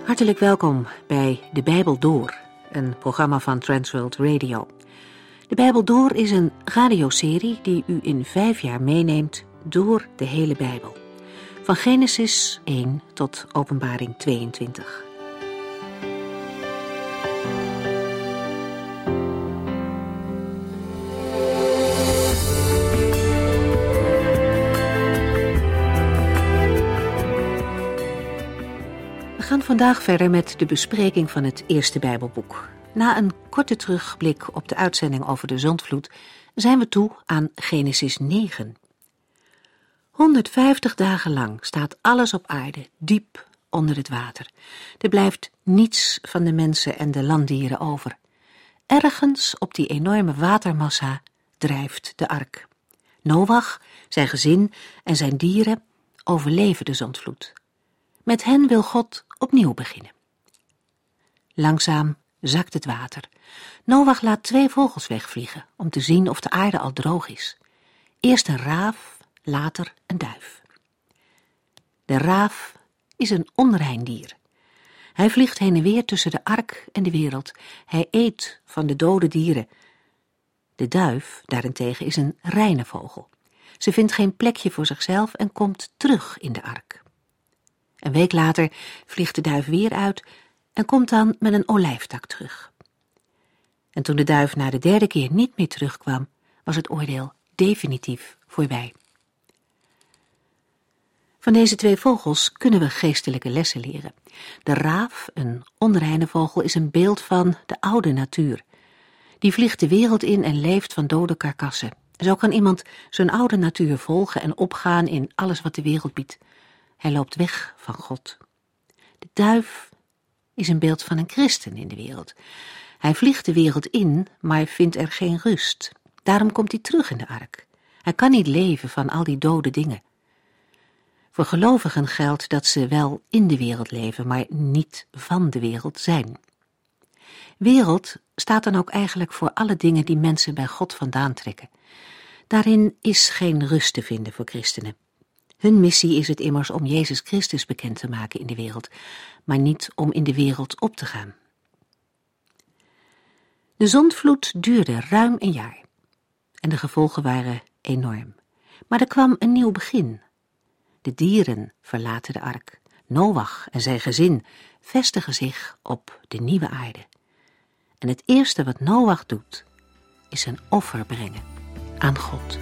Hartelijk welkom bij De Bijbel Door, een programma van Transworld Radio. De Bijbel Door is een radioserie die u in 5 jaar meeneemt door de hele Bijbel. Van Genesis 1 tot Openbaring 22. We gaan vandaag verder met de bespreking van het eerste Bijbelboek. Na een korte terugblik op de uitzending over de zondvloed zijn we toe aan Genesis 9. 150 dagen lang staat alles op aarde diep onder het water. Er blijft niets van de mensen en de landdieren over. Ergens op die enorme watermassa drijft de ark. Noach, zijn gezin en zijn dieren overleven de zondvloed. Met hen wil God opnieuw beginnen. Langzaam zakt het water. Noach laat 2 vogels wegvliegen om te zien of de aarde al droog is. Eerst een raaf, later een duif. De raaf is een onrein dier. Hij vliegt heen en weer tussen de ark en de wereld. Hij eet van de dode dieren. De duif, daarentegen, is een reine vogel. Ze vindt geen plekje voor zichzelf en komt terug in de ark. Een week later vliegt de duif weer uit en komt dan met een olijftak terug. En toen de duif na de 3e keer niet meer terugkwam, was het oordeel definitief voorbij. Van deze 2 vogels kunnen we geestelijke lessen leren. De raaf, een onreine vogel, is een beeld van de oude natuur. Die vliegt de wereld in en leeft van dode karkassen. Zo kan iemand zijn oude natuur volgen en opgaan in alles wat de wereld biedt. Hij loopt weg van God. De duif is een beeld van een christen in de wereld. Hij vliegt de wereld in, maar vindt er geen rust. Daarom komt hij terug in de ark. Hij kan niet leven van al die dode dingen. Voor gelovigen geldt dat ze wel in de wereld leven, maar niet van de wereld zijn. Wereld staat dan ook eigenlijk voor alle dingen die mensen bij God vandaan trekken. Daarin is geen rust te vinden voor christenen. Hun missie is het immers om Jezus Christus bekend te maken in de wereld, maar niet om in de wereld op te gaan. De zondvloed duurde ruim 1 jaar en de gevolgen waren enorm. Maar er kwam een nieuw begin. De dieren verlaten de ark. Noach en zijn gezin vestigen zich op de nieuwe aarde. En het eerste wat Noach doet, is een offer brengen aan God.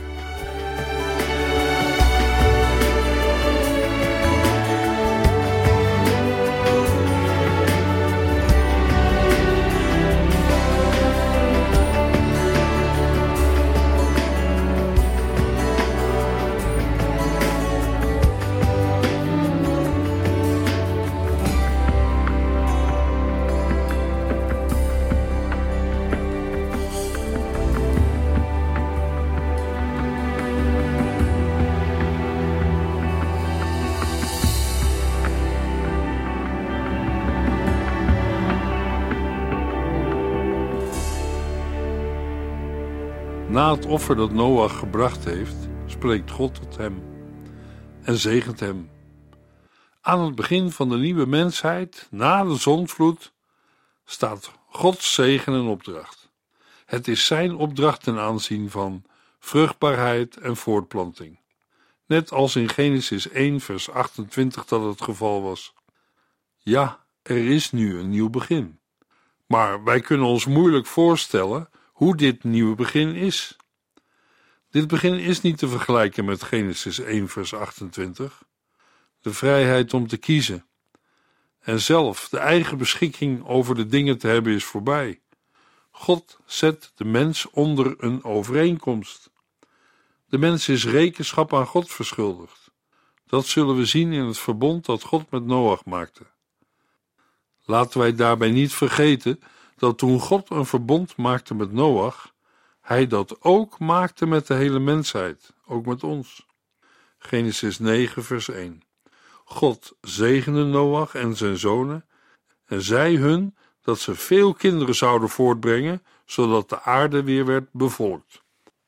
Na het offer dat Noach gebracht heeft, spreekt God tot hem en zegent hem. Aan het begin van de nieuwe mensheid, na de zondvloed, staat Gods zegen en opdracht. Het is zijn opdracht ten aanzien van vruchtbaarheid en voortplanting. Net als in Genesis 1 vers 28 dat het geval was. Ja, er is nu een nieuw begin. Maar wij kunnen ons moeilijk voorstellen hoe dit nieuwe begin is. Dit begin is niet te vergelijken met Genesis 1 vers 28. De vrijheid om te kiezen en zelf de eigen beschikking over de dingen te hebben is voorbij. God zet de mens onder een overeenkomst. De mens is rekenschap aan God verschuldigd. Dat zullen we zien in het verbond dat God met Noach maakte. Laten wij daarbij niet vergeten dat toen God een verbond maakte met Noach, hij dat ook maakte met de hele mensheid, ook met ons. Genesis 9 vers 1. God zegende Noach en zijn zonen en zei hun dat ze veel kinderen zouden voortbrengen, zodat de aarde weer werd bevolkt.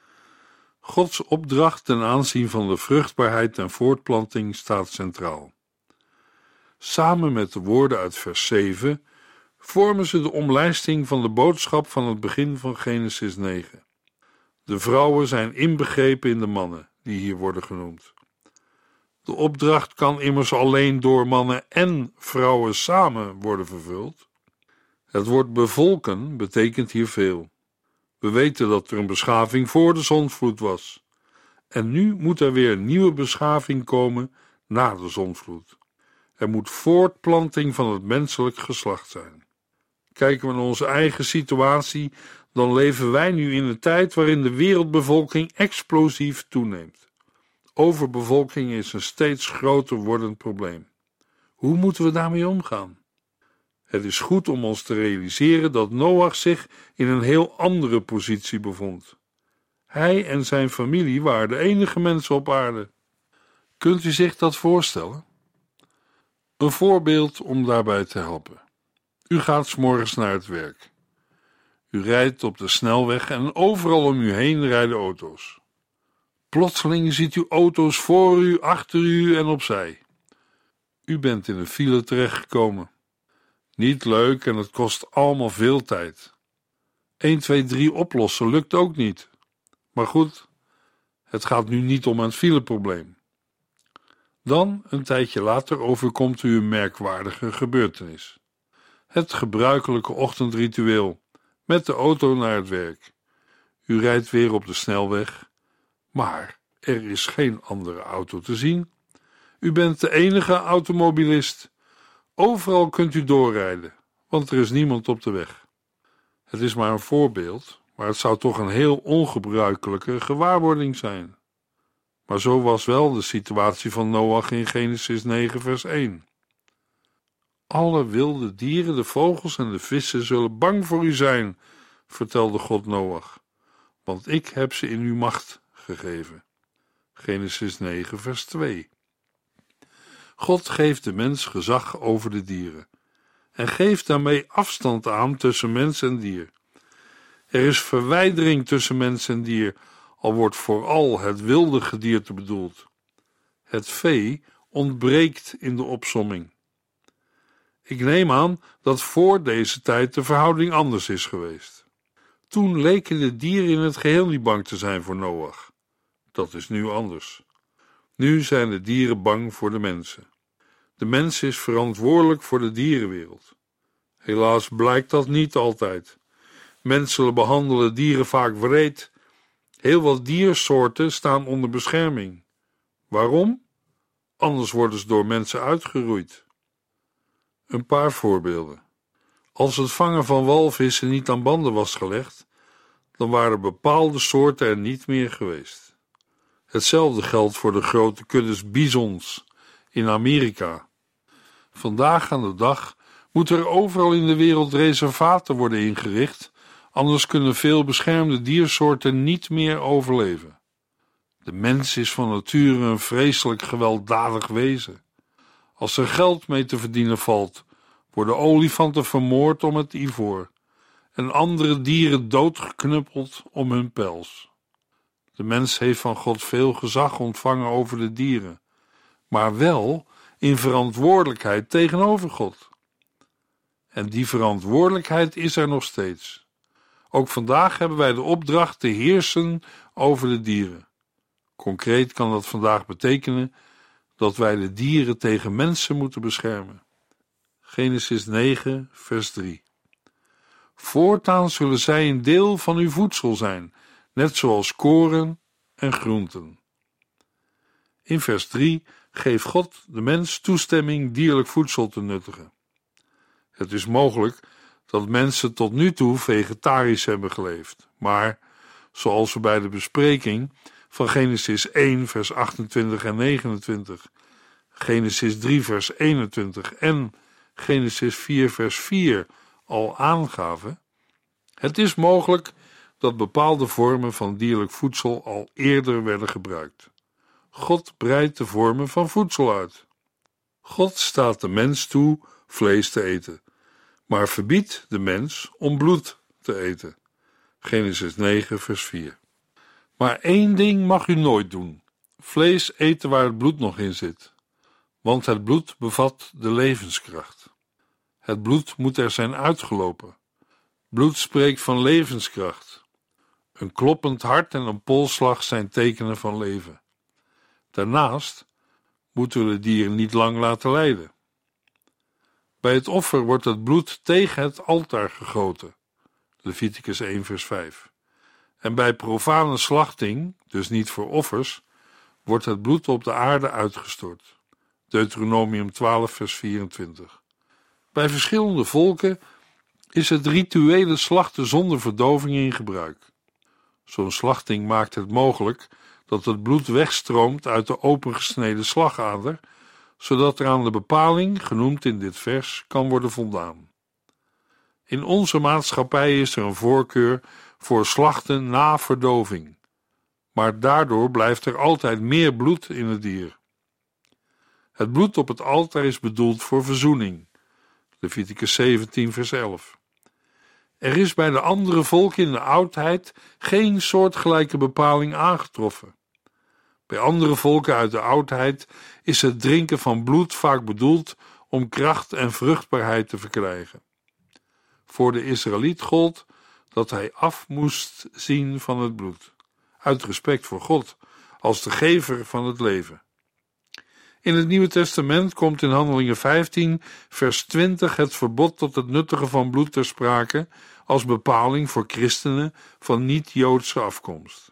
Gods opdracht ten aanzien van de vruchtbaarheid en voortplanting staat centraal. Samen met de woorden uit vers 7 vormen ze de omlijsting van de boodschap van het begin van Genesis 9. De vrouwen zijn inbegrepen in de mannen, die hier worden genoemd. De opdracht kan immers alleen door mannen en vrouwen samen worden vervuld. Het woord bevolken betekent hier veel. We weten dat er een beschaving voor de zondvloed was. En nu moet er weer een nieuwe beschaving komen na de zondvloed. Er moet voortplanting van het menselijk geslacht zijn. Kijken we naar onze eigen situatie, dan leven wij nu in een tijd waarin de wereldbevolking explosief toeneemt. Overbevolking is een steeds groter wordend probleem. Hoe moeten we daarmee omgaan? Het is goed om ons te realiseren dat Noach zich in een heel andere positie bevond. Hij en zijn familie waren de enige mensen op aarde. Kunt u zich dat voorstellen? Een voorbeeld om daarbij te helpen. U gaat 's morgens naar het werk. U rijdt op de snelweg en overal om u heen rijden auto's. Plotseling ziet u auto's voor u, achter u en opzij. U bent in een file terechtgekomen. Niet leuk en het kost allemaal veel tijd. 1, 2, 3 oplossen lukt ook niet. Maar goed, het gaat nu niet om een fileprobleem. Dan, een tijdje later, overkomt u een merkwaardige gebeurtenis. Het gebruikelijke ochtendritueel, met de auto naar het werk. U rijdt weer op de snelweg, maar er is geen andere auto te zien. U bent de enige automobilist. Overal kunt u doorrijden, want er is niemand op de weg. Het is maar een voorbeeld, maar het zou toch een heel ongebruikelijke gewaarwording zijn. Maar zo was wel de situatie van Noach in Genesis 9 vers 1. Alle wilde dieren, de vogels en de vissen zullen bang voor u zijn, vertelde God Noach, want ik heb ze in uw macht gegeven. Genesis 9 vers 2. God geeft de mens gezag over de dieren en geeft daarmee afstand aan tussen mens en dier. Er is verwijdering tussen mens en dier, al wordt vooral het wilde gedierte bedoeld. Het vee ontbreekt in de opsomming. Ik neem aan dat voor deze tijd de verhouding anders is geweest. Toen leken de dieren in het geheel niet bang te zijn voor Noach. Dat is nu anders. Nu zijn de dieren bang voor de mensen. De mens is verantwoordelijk voor de dierenwereld. Helaas blijkt dat niet altijd. Mensen behandelen dieren vaak wreed. Heel wat diersoorten staan onder bescherming. Waarom? Anders worden ze door mensen uitgeroeid. Een paar voorbeelden. Als het vangen van walvissen niet aan banden was gelegd, dan waren bepaalde soorten er niet meer geweest. Hetzelfde geldt voor de grote kuddes bisons in Amerika. Vandaag aan de dag moeten er overal in de wereld reservaten worden ingericht, anders kunnen veel beschermde diersoorten niet meer overleven. De mens is van nature een vreselijk gewelddadig wezen. Als er geld mee te verdienen valt, worden olifanten vermoord om het ivoor en andere dieren doodgeknuppeld om hun pels. De mens heeft van God veel gezag ontvangen over de dieren, maar wel in verantwoordelijkheid tegenover God. En die verantwoordelijkheid is er nog steeds. Ook vandaag hebben wij de opdracht te heersen over de dieren. Concreet kan dat vandaag betekenen dat wij de dieren tegen mensen moeten beschermen. Genesis 9, vers 3. Voortaan zullen zij een deel van uw voedsel zijn, net zoals koren en groenten. In vers 3 geeft God de mens toestemming dierlijk voedsel te nuttigen. Het is mogelijk dat mensen tot nu toe vegetarisch hebben geleefd, maar, zoals we bij de bespreking van Genesis 1 vers 28 en 29, Genesis 3 vers 21 en Genesis 4 vers 4 al aangaven, het is mogelijk dat bepaalde vormen van dierlijk voedsel al eerder werden gebruikt. God breidt de vormen van voedsel uit. God staat de mens toe vlees te eten, maar verbiedt de mens om bloed te eten. Genesis 9 vers 4. Maar één ding mag u nooit doen: vlees eten waar het bloed nog in zit. want het bloed bevat de levenskracht. Het bloed moet er zijn uitgelopen. Bloed spreekt van levenskracht. Een kloppend hart en een polsslag zijn tekenen van leven. Daarnaast moeten we de dieren niet lang laten lijden. Bij het offer wordt het bloed tegen het altaar gegoten. Leviticus 1 vers 5. En bij profane slachting, dus niet voor offers, wordt het bloed op de aarde uitgestort. Deuteronomium 12 vers 24. Bij verschillende volken is het rituele slachten zonder verdoving in gebruik. Zo'n slachting maakt het mogelijk dat het bloed wegstroomt uit de opengesneden slagader, zodat er aan de bepaling, genoemd in dit vers, kan worden voldaan. In onze maatschappij is er een voorkeur voor slachten na verdoving, maar daardoor blijft er altijd meer bloed in het dier. Het bloed op het altaar is bedoeld voor verzoening. Leviticus 17 vers 11. Er is bij de andere volken in de oudheid geen soortgelijke bepaling aangetroffen. Bij andere volken uit de oudheid is het drinken van bloed vaak bedoeld om kracht en vruchtbaarheid te verkrijgen. Voor de Israëliet gold dat hij af moest zien van het bloed, uit respect voor God als de gever van het leven. In het Nieuwe Testament komt in Handelingen 15 vers 20 het verbod tot het nuttigen van bloed ter sprake als bepaling voor christenen van niet-Joodse afkomst.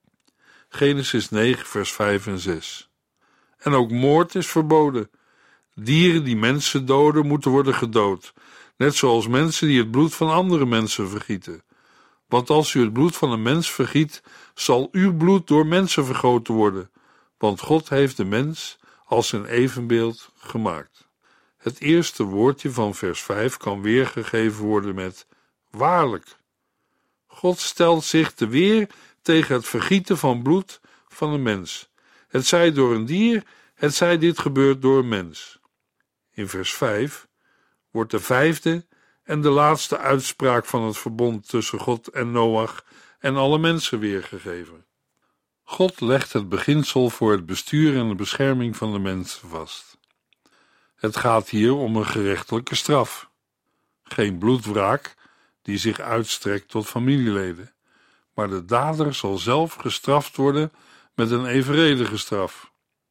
Genesis 9 vers 5 en 6. En ook moord is verboden. Dieren die mensen doden moeten worden gedood, net zoals mensen die het bloed van andere mensen vergieten. Want als u het bloed van een mens vergiet, zal uw bloed door mensen vergoten worden, want God heeft de mens als zijn evenbeeld gemaakt. Het eerste woordje van vers 5 kan weergegeven worden met waarlijk. God stelt zich te weer tegen het vergieten van bloed van een mens. Het zij door een dier, het zij dit gebeurt door een mens. In vers 5 wordt de vijfde en de laatste uitspraak van het verbond tussen God en Noach en alle mensen weergegeven. God legt het beginsel voor het bestuur en de bescherming van de mensen vast. Het gaat hier om een gerechtelijke straf. Geen bloedwraak die zich uitstrekt tot familieleden, maar de dader zal zelf gestraft worden met een evenredige straf.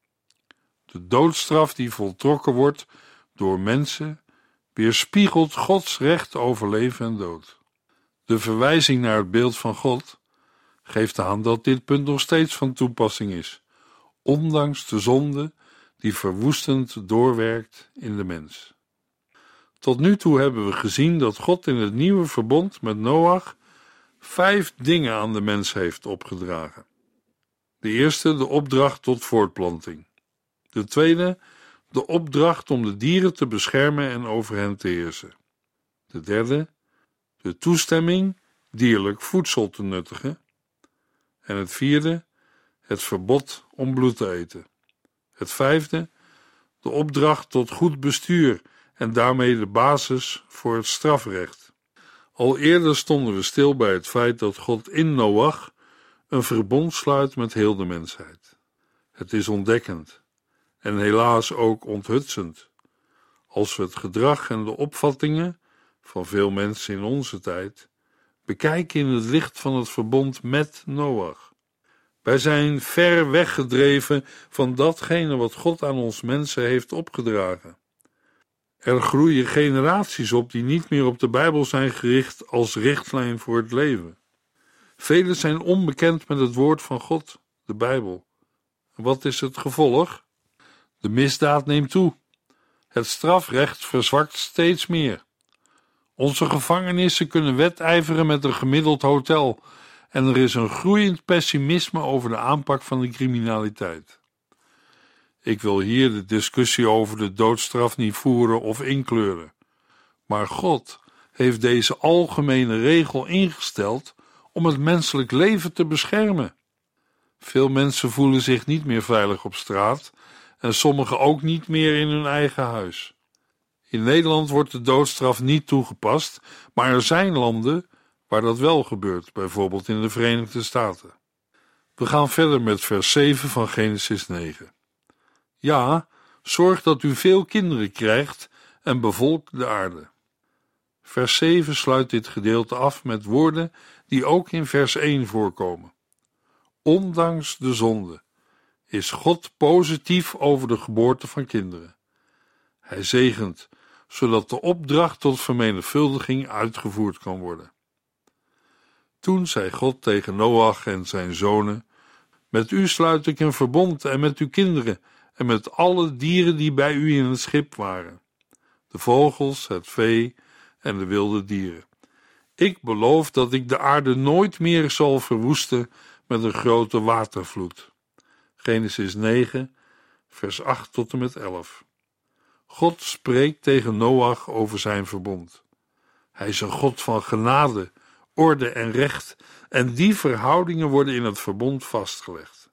De doodstraf die voltrokken wordt door mensen weerspiegelt Gods recht over leven en dood. De verwijzing naar het beeld van God geeft aan dat dit punt nog steeds van toepassing is, ondanks de zonde die verwoestend doorwerkt in de mens. Tot nu toe hebben we gezien dat God in het nieuwe verbond met Noach 5 dingen aan de mens heeft opgedragen. De eerste, de opdracht tot voortplanting. De tweede, de opdracht om de dieren te beschermen en over hen te heersen. De derde, de toestemming dierlijk voedsel te nuttigen. En het vierde, het verbod om bloed te eten. Het vijfde, de opdracht tot goed bestuur en daarmee de basis voor het strafrecht. Al eerder stonden we stil bij het feit dat God in Noach een verbond sluit met heel de mensheid. Het is ontdekkend en helaas ook onthutsend, als we het gedrag en de opvattingen van veel mensen in onze tijd bekijken in het licht van het verbond met Noach. Wij zijn ver weggedreven van datgene wat God aan ons mensen heeft opgedragen. Er groeien generaties op die niet meer op de Bijbel zijn gericht als richtlijn voor het leven. Velen zijn onbekend met het woord van God, de Bijbel. En wat is het gevolg? De misdaad neemt toe. Het strafrecht verzwakt steeds meer. Onze gevangenissen kunnen wedijveren met een gemiddeld hotel en er is een groeiend pessimisme over de aanpak van de criminaliteit. Ik wil hier de discussie over de doodstraf niet voeren of inkleuren, maar God heeft deze algemene regel ingesteld om het menselijk leven te beschermen. Veel mensen voelen zich niet meer veilig op straat en sommigen ook niet meer in hun eigen huis. In Nederland wordt de doodstraf niet toegepast, maar er zijn landen waar dat wel gebeurt, bijvoorbeeld in de Verenigde Staten. We gaan verder met vers 7 van Genesis 9. Ja, Zorg dat u veel kinderen krijgt en bevolk de aarde. Vers 7 sluit dit gedeelte af met woorden die ook in vers 1 voorkomen. Ondanks de zonde is God positief over de geboorte van kinderen. Hij zegent, zodat de opdracht tot vermenigvuldiging uitgevoerd kan worden. Toen zei God tegen Noach en zijn zonen: met u sluit ik een verbond en met uw kinderen en met alle dieren die bij u in het schip waren. De vogels, het vee en de wilde dieren. Ik beloof dat ik de aarde nooit meer zal verwoesten met een grote watervloed. Genesis 9, vers 8 tot en met 11. God spreekt tegen Noach over zijn verbond. Hij is een God van genade, orde en recht, en die verhoudingen worden in het verbond vastgelegd.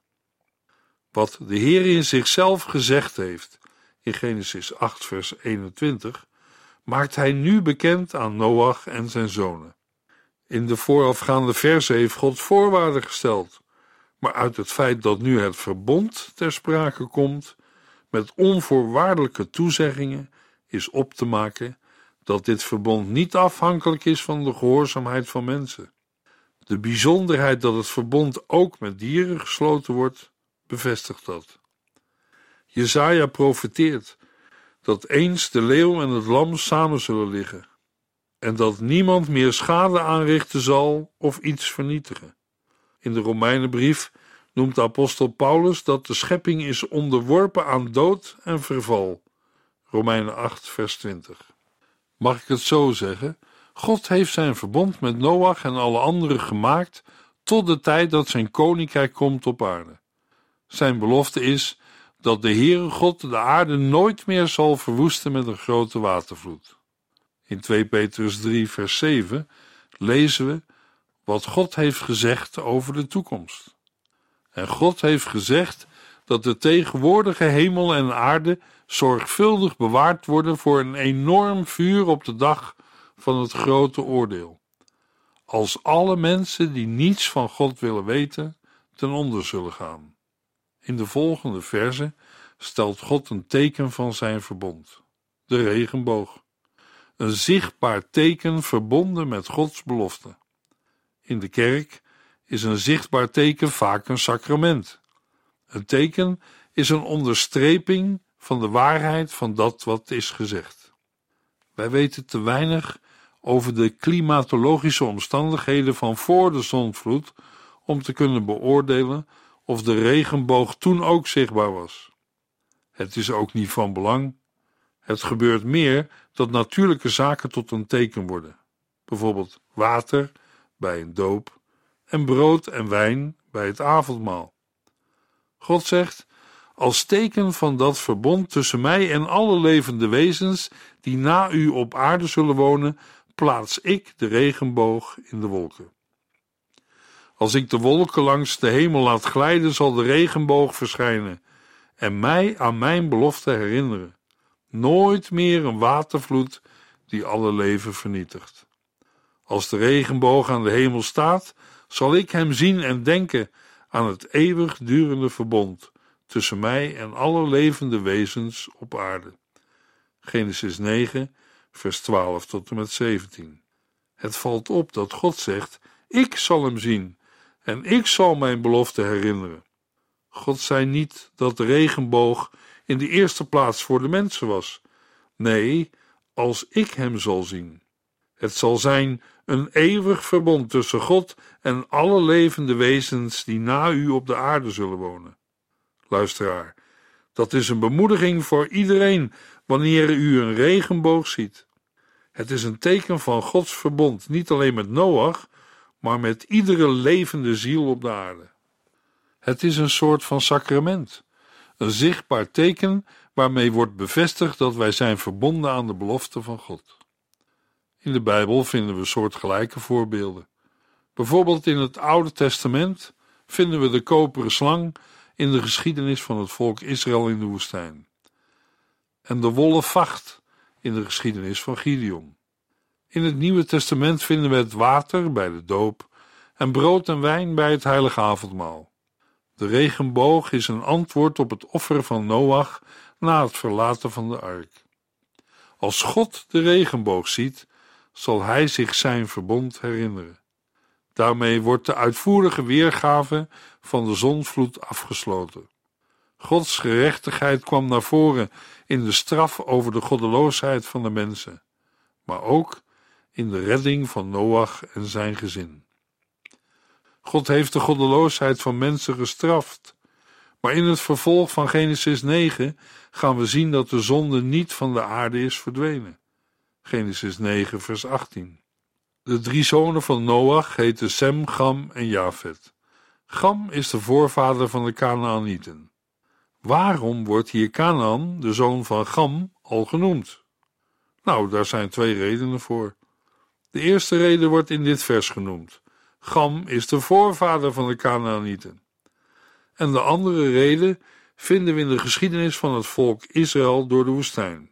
Wat de Heer in zichzelf gezegd heeft, in Genesis 8 vers 21, maakt hij nu bekend aan Noach en zijn zonen. In de voorafgaande versen heeft God voorwaarden gesteld, maar uit het feit dat nu het verbond ter sprake komt, met onvoorwaardelijke toezeggingen, is op te maken dat dit verbond niet afhankelijk is van de gehoorzaamheid van mensen. De bijzonderheid dat het verbond ook met dieren gesloten wordt, bevestigt dat. Jesaja profeteert dat eens de leeuw en het lam samen zullen liggen en dat niemand meer schade aanrichten zal of iets vernietigen. In de Romeinenbrief noemt de apostel Paulus dat de schepping is onderworpen aan dood en verval. Romeinen 8 vers 20. Mag ik het zo zeggen? God heeft zijn verbond met Noach en alle anderen gemaakt tot de tijd dat zijn koninkrijk komt op aarde. Zijn belofte is dat de Heere God de aarde nooit meer zal verwoesten met een grote watervloed. In 2 Petrus 3 vers 7 lezen we wat God heeft gezegd over de toekomst. En God heeft gezegd dat de tegenwoordige hemel en aarde zorgvuldig bewaard worden voor een enorm vuur op de dag van het grote oordeel, als alle mensen die niets van God willen weten ten onder zullen gaan. In de volgende verse stelt God een teken van zijn verbond, de regenboog, een zichtbaar teken verbonden met Gods belofte. In de kerk is een zichtbaar teken vaak een sacrament. Een teken is een onderstreping van de waarheid van dat wat is gezegd. Wij weten te weinig over de klimatologische omstandigheden van voor de zondvloed om te kunnen beoordelen of de regenboog toen ook zichtbaar was. Het is ook niet van belang. Het gebeurt meer dat natuurlijke zaken tot een teken worden. Bijvoorbeeld water bij een doop en brood en wijn bij het avondmaal. God zegt: als teken van dat verbond tussen mij en alle levende wezens die na u op aarde zullen wonen, plaats ik de regenboog in de wolken. Als ik de wolken langs de hemel laat glijden, zal de regenboog verschijnen en mij aan mijn belofte herinneren. Nooit meer een watervloed die alle leven vernietigt. Als de regenboog aan de hemel staat, zal ik hem zien en denken aan het eeuwigdurende verbond tussen mij en alle levende wezens op aarde. Genesis 9, vers 12 tot en met 17. Het valt op dat God zegt: ik zal hem zien en ik zal mijn belofte herinneren. God zei niet dat de regenboog in de eerste plaats voor de mensen was. Nee, als ik hem zal zien. Het zal zijn een eeuwig verbond tussen God en alle levende wezens die na u op de aarde zullen wonen. Luisteraar, dat is een bemoediging voor iedereen wanneer u een regenboog ziet. Het is een teken van Gods verbond, niet alleen met Noach, maar met iedere levende ziel op de aarde. Het is een soort van sacrament, een zichtbaar teken waarmee wordt bevestigd dat wij zijn verbonden aan de belofte van God. In de Bijbel vinden we soortgelijke voorbeelden. Bijvoorbeeld in het Oude Testament vinden we de koperen slang in de geschiedenis van het volk Israël in de woestijn. En de wollen vacht in de geschiedenis van Gideon. In het Nieuwe Testament vinden we het water bij de doop en brood en wijn bij het heilige avondmaal. De regenboog is een antwoord op het offer van Noach na het verlaten van de ark. Als God de regenboog ziet, zal hij zich zijn verbond herinneren. Daarmee wordt de uitvoerige weergave van de zondvloed afgesloten. Gods gerechtigheid kwam naar voren in de straf over de goddeloosheid van de mensen, maar ook in de redding van Noach en zijn gezin. God heeft de goddeloosheid van mensen gestraft, maar in het vervolg van Genesis 9 gaan we zien dat de zonde niet van de aarde is verdwenen. Genesis 9 vers 18. De 3 zonen van Noach heten Sem, Cham en Jafet. Cham is de voorvader van de Kanaanieten. Waarom wordt hier Kanaan, de zoon van Cham, al genoemd? Nou, daar zijn 2 redenen voor. De eerste reden wordt in dit vers genoemd. Cham is de voorvader van de Kanaanieten. En de andere reden vinden we in de geschiedenis van het volk Israël door de woestijn.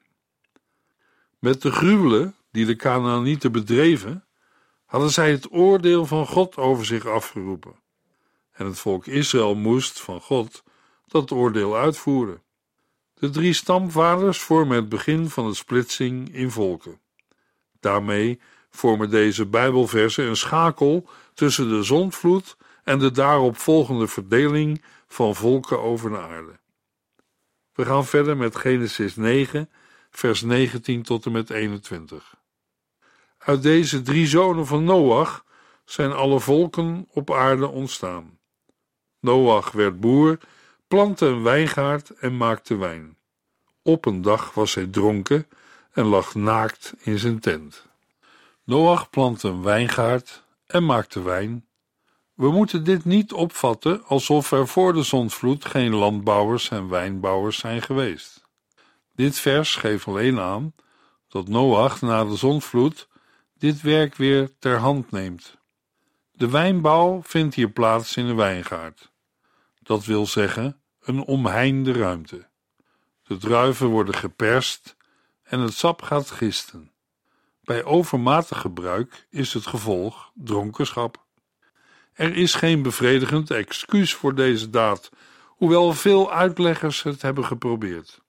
Met de gruwelen die de Kanaanieten bedreven, hadden zij het oordeel van God over zich afgeroepen. En het volk Israël moest van God dat oordeel uitvoeren. De 3 stamvaders vormen het begin van de splitsing in volken. Daarmee vormen deze Bijbelversen een schakel tussen de zondvloed en de daarop volgende verdeling van volken over de aarde. We gaan verder met Genesis 9, vers 19 tot en met 21. Uit deze 3 zonen van Noach zijn alle volken op aarde ontstaan. Noach werd boer, plantte een wijngaard en maakte wijn. Op een dag was hij dronken en lag naakt in zijn tent. Noach plantte een wijngaard en maakte wijn. We moeten dit niet opvatten alsof er voor de zondvloed geen landbouwers en wijnbouwers zijn geweest. Dit vers geeft alleen aan dat Noach na de zondvloed dit werk weer ter hand neemt. De wijnbouw vindt hier plaats in een wijngaard. Dat wil zeggen een omheinde ruimte. De druiven worden geperst en het sap gaat gisten. Bij overmatig gebruik is het gevolg dronkenschap. Er is geen bevredigend excuus voor deze daad, hoewel veel uitleggers het hebben geprobeerd.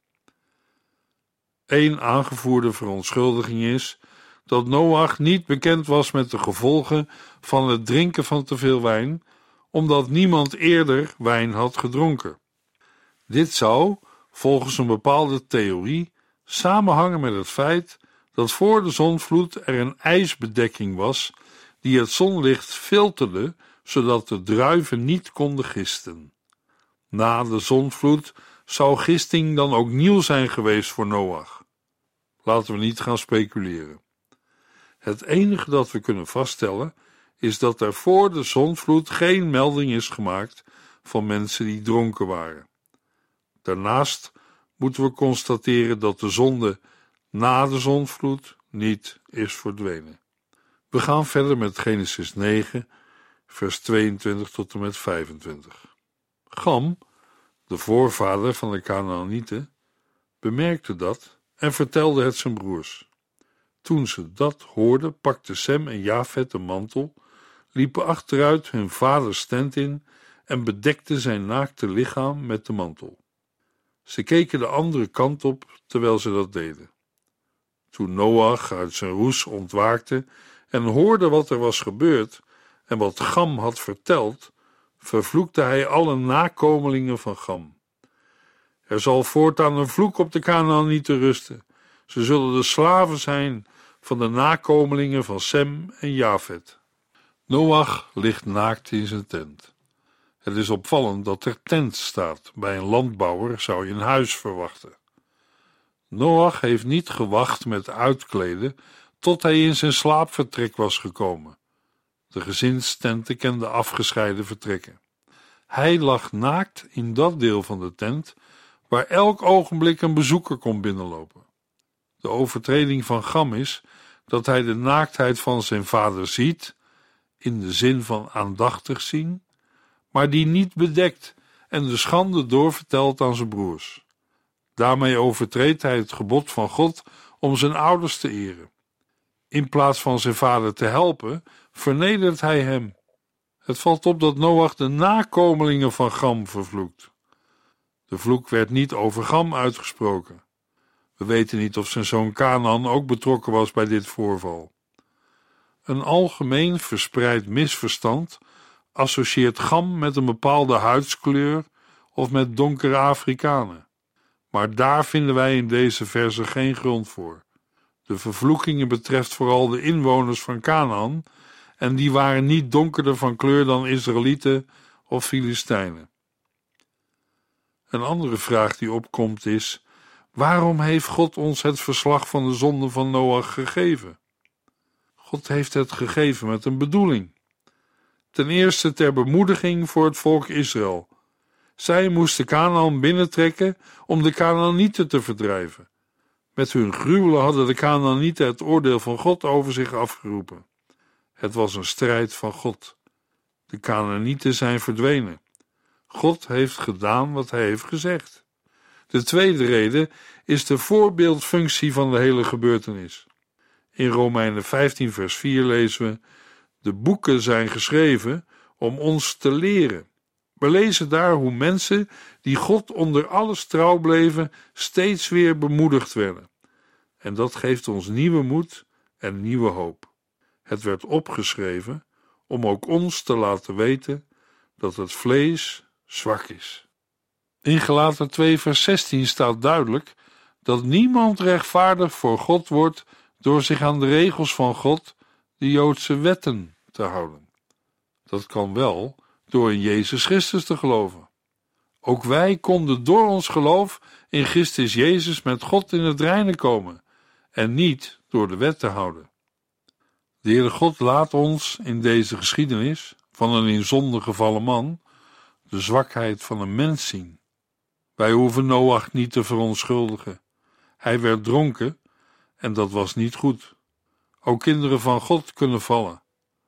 Eén aangevoerde verontschuldiging is dat Noach niet bekend was met de gevolgen van het drinken van te veel wijn, omdat niemand eerder wijn had gedronken. Dit zou, volgens een bepaalde theorie, samenhangen met het feit dat voor de zondvloed er een ijsbedekking was die het zonlicht filterde, zodat de druiven niet konden gisten. Na de zondvloed zou gisting dan ook nieuw zijn geweest voor Noach. Laten we niet gaan speculeren. Het enige dat we kunnen vaststellen is dat er voor de zondvloed geen melding is gemaakt van mensen die dronken waren. Daarnaast moeten we constateren dat de zonde na de zondvloed niet is verdwenen. We gaan verder met Genesis 9, vers 22 tot en met 25. Cham, de voorvader van de Kanaanieten, bemerkte dat en vertelde het zijn broers. Toen ze dat hoorden, pakten Sem en Jafet een mantel, liepen achteruit hun vaders tent in en bedekten zijn naakte lichaam met de mantel. Ze keken de andere kant op terwijl ze dat deden. Toen Noach uit zijn roes ontwaakte en hoorde wat er was gebeurd en wat Cham had verteld, vervloekte hij alle nakomelingen van Cham. Er zal voortaan een vloek op de Kanaanieten rusten. Ze zullen de slaven zijn van de nakomelingen van Sem en Jafet. Noach ligt naakt in zijn tent. Het is opvallend dat er tent staat. Bij een landbouwer zou je een huis verwachten. Noach heeft niet gewacht met uitkleden tot hij in zijn slaapvertrek was gekomen. De gezinstenten kenden afgescheiden vertrekken. Hij lag naakt in dat deel van de tent waar elk ogenblik een bezoeker kon binnenlopen. De overtreding van Cham is dat hij de naaktheid van zijn vader ziet, in de zin van aandachtig zien, maar die niet bedekt en de schande doorvertelt aan zijn broers. Daarmee overtreedt hij het gebod van God om zijn ouders te eren. In plaats van zijn vader te helpen, vernedert hij hem. Het valt op dat Noach de nakomelingen van Cham vervloekt. De vloek werd niet over Cham uitgesproken. We weten niet of zijn zoon Kanaan ook betrokken was bij dit voorval. Een algemeen verspreid misverstand associeert Cham met een bepaalde huidskleur of met donkere Afrikanen. Maar daar vinden wij in deze verse geen grond voor. De vervloekingen betreft vooral de inwoners van Kanaan en die waren niet donkerder van kleur dan Israëlieten of Filistijnen. Een andere vraag die opkomt is: waarom heeft God ons het verslag van de zonde van Noach gegeven? God heeft het gegeven met een bedoeling. Ten eerste ter bemoediging voor het volk Israël. Zij moesten Kanaan binnentrekken om de Kanaanieten te verdrijven. Met hun gruwelen hadden de Kanaanieten het oordeel van God over zich afgeroepen. Het was een strijd van God. De Kanaanieten zijn verdwenen. God heeft gedaan wat hij heeft gezegd. De tweede reden is de voorbeeldfunctie van de hele gebeurtenis. In Romeinen 15 vers 4 lezen we: de boeken zijn geschreven om ons te leren. We lezen daar hoe mensen die God onder alles trouw bleven steeds weer bemoedigd werden. En dat geeft ons nieuwe moed en nieuwe hoop. Het werd opgeschreven om ook ons te laten weten dat het vlees zwak is. In Galaten 2 vers 16 staat duidelijk dat niemand rechtvaardig voor God wordt door zich aan de regels van God, de Joodse wetten, te houden. Dat kan wel door in Jezus Christus te geloven. Ook wij konden door ons geloof in Christus Jezus met God in het reine komen en niet door de wet te houden. De Heere God laat ons in deze geschiedenis van een in zonde gevallen man de zwakheid van een mens zien. Wij hoeven Noach niet te verontschuldigen. Hij werd dronken en dat was niet goed. Ook kinderen van God kunnen vallen.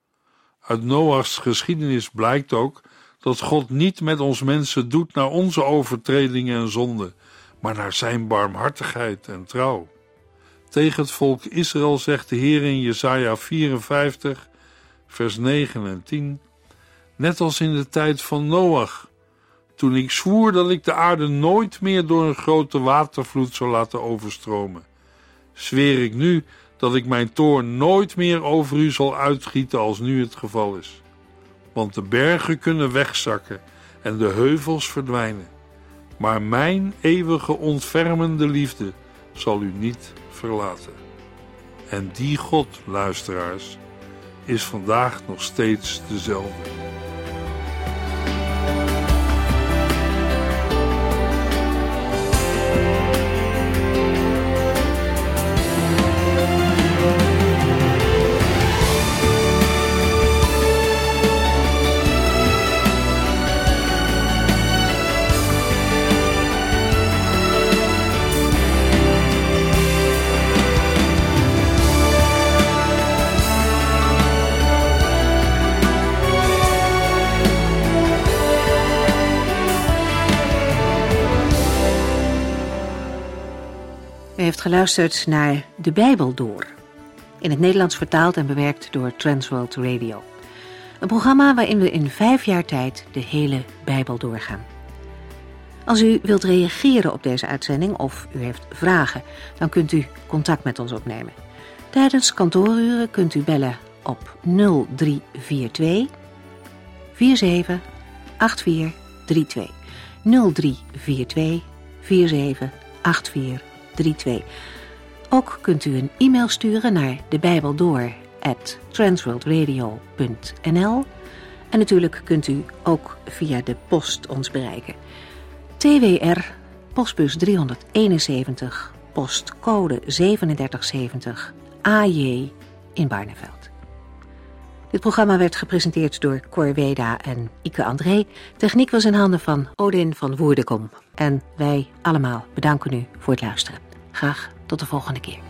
Uit Noachs geschiedenis blijkt ook dat God niet met ons mensen doet naar onze overtredingen en zonden, maar naar zijn barmhartigheid en trouw. Tegen het volk Israël zegt de Heer in Jesaja 54, vers 9 en 10, net als in de tijd van Noach, toen ik zwoer dat ik de aarde nooit meer door een grote watervloed zou laten overstromen, zweer ik nu dat ik mijn toorn nooit meer over u zal uitgieten als nu het geval is. Want de bergen kunnen wegzakken en de heuvels verdwijnen, maar mijn eeuwige ontfermende liefde zal u niet verlaten. En die God, luisteraars, is vandaag nog steeds dezelfde. U heeft geluisterd naar De Bijbel Door, in het Nederlands vertaald en bewerkt door Transworld Radio. Een programma waarin we in 5 jaar tijd de hele Bijbel doorgaan. Als u wilt reageren op deze uitzending of u heeft vragen, dan kunt u contact met ons opnemen. Tijdens kantooruren kunt u bellen op 0342 478432. 0342 478432. Ook kunt u een e-mail sturen naar debijbeldoor@transworldradio.nl en natuurlijk kunt u ook via de post ons bereiken. TWR, postbus 371, postcode 3770, AJ in Barneveld. Dit programma werd gepresenteerd door Cor Weda en Ike André. Techniek was in handen van Odin van Woerdekom. En wij allemaal bedanken u voor het luisteren. Graag tot de volgende keer.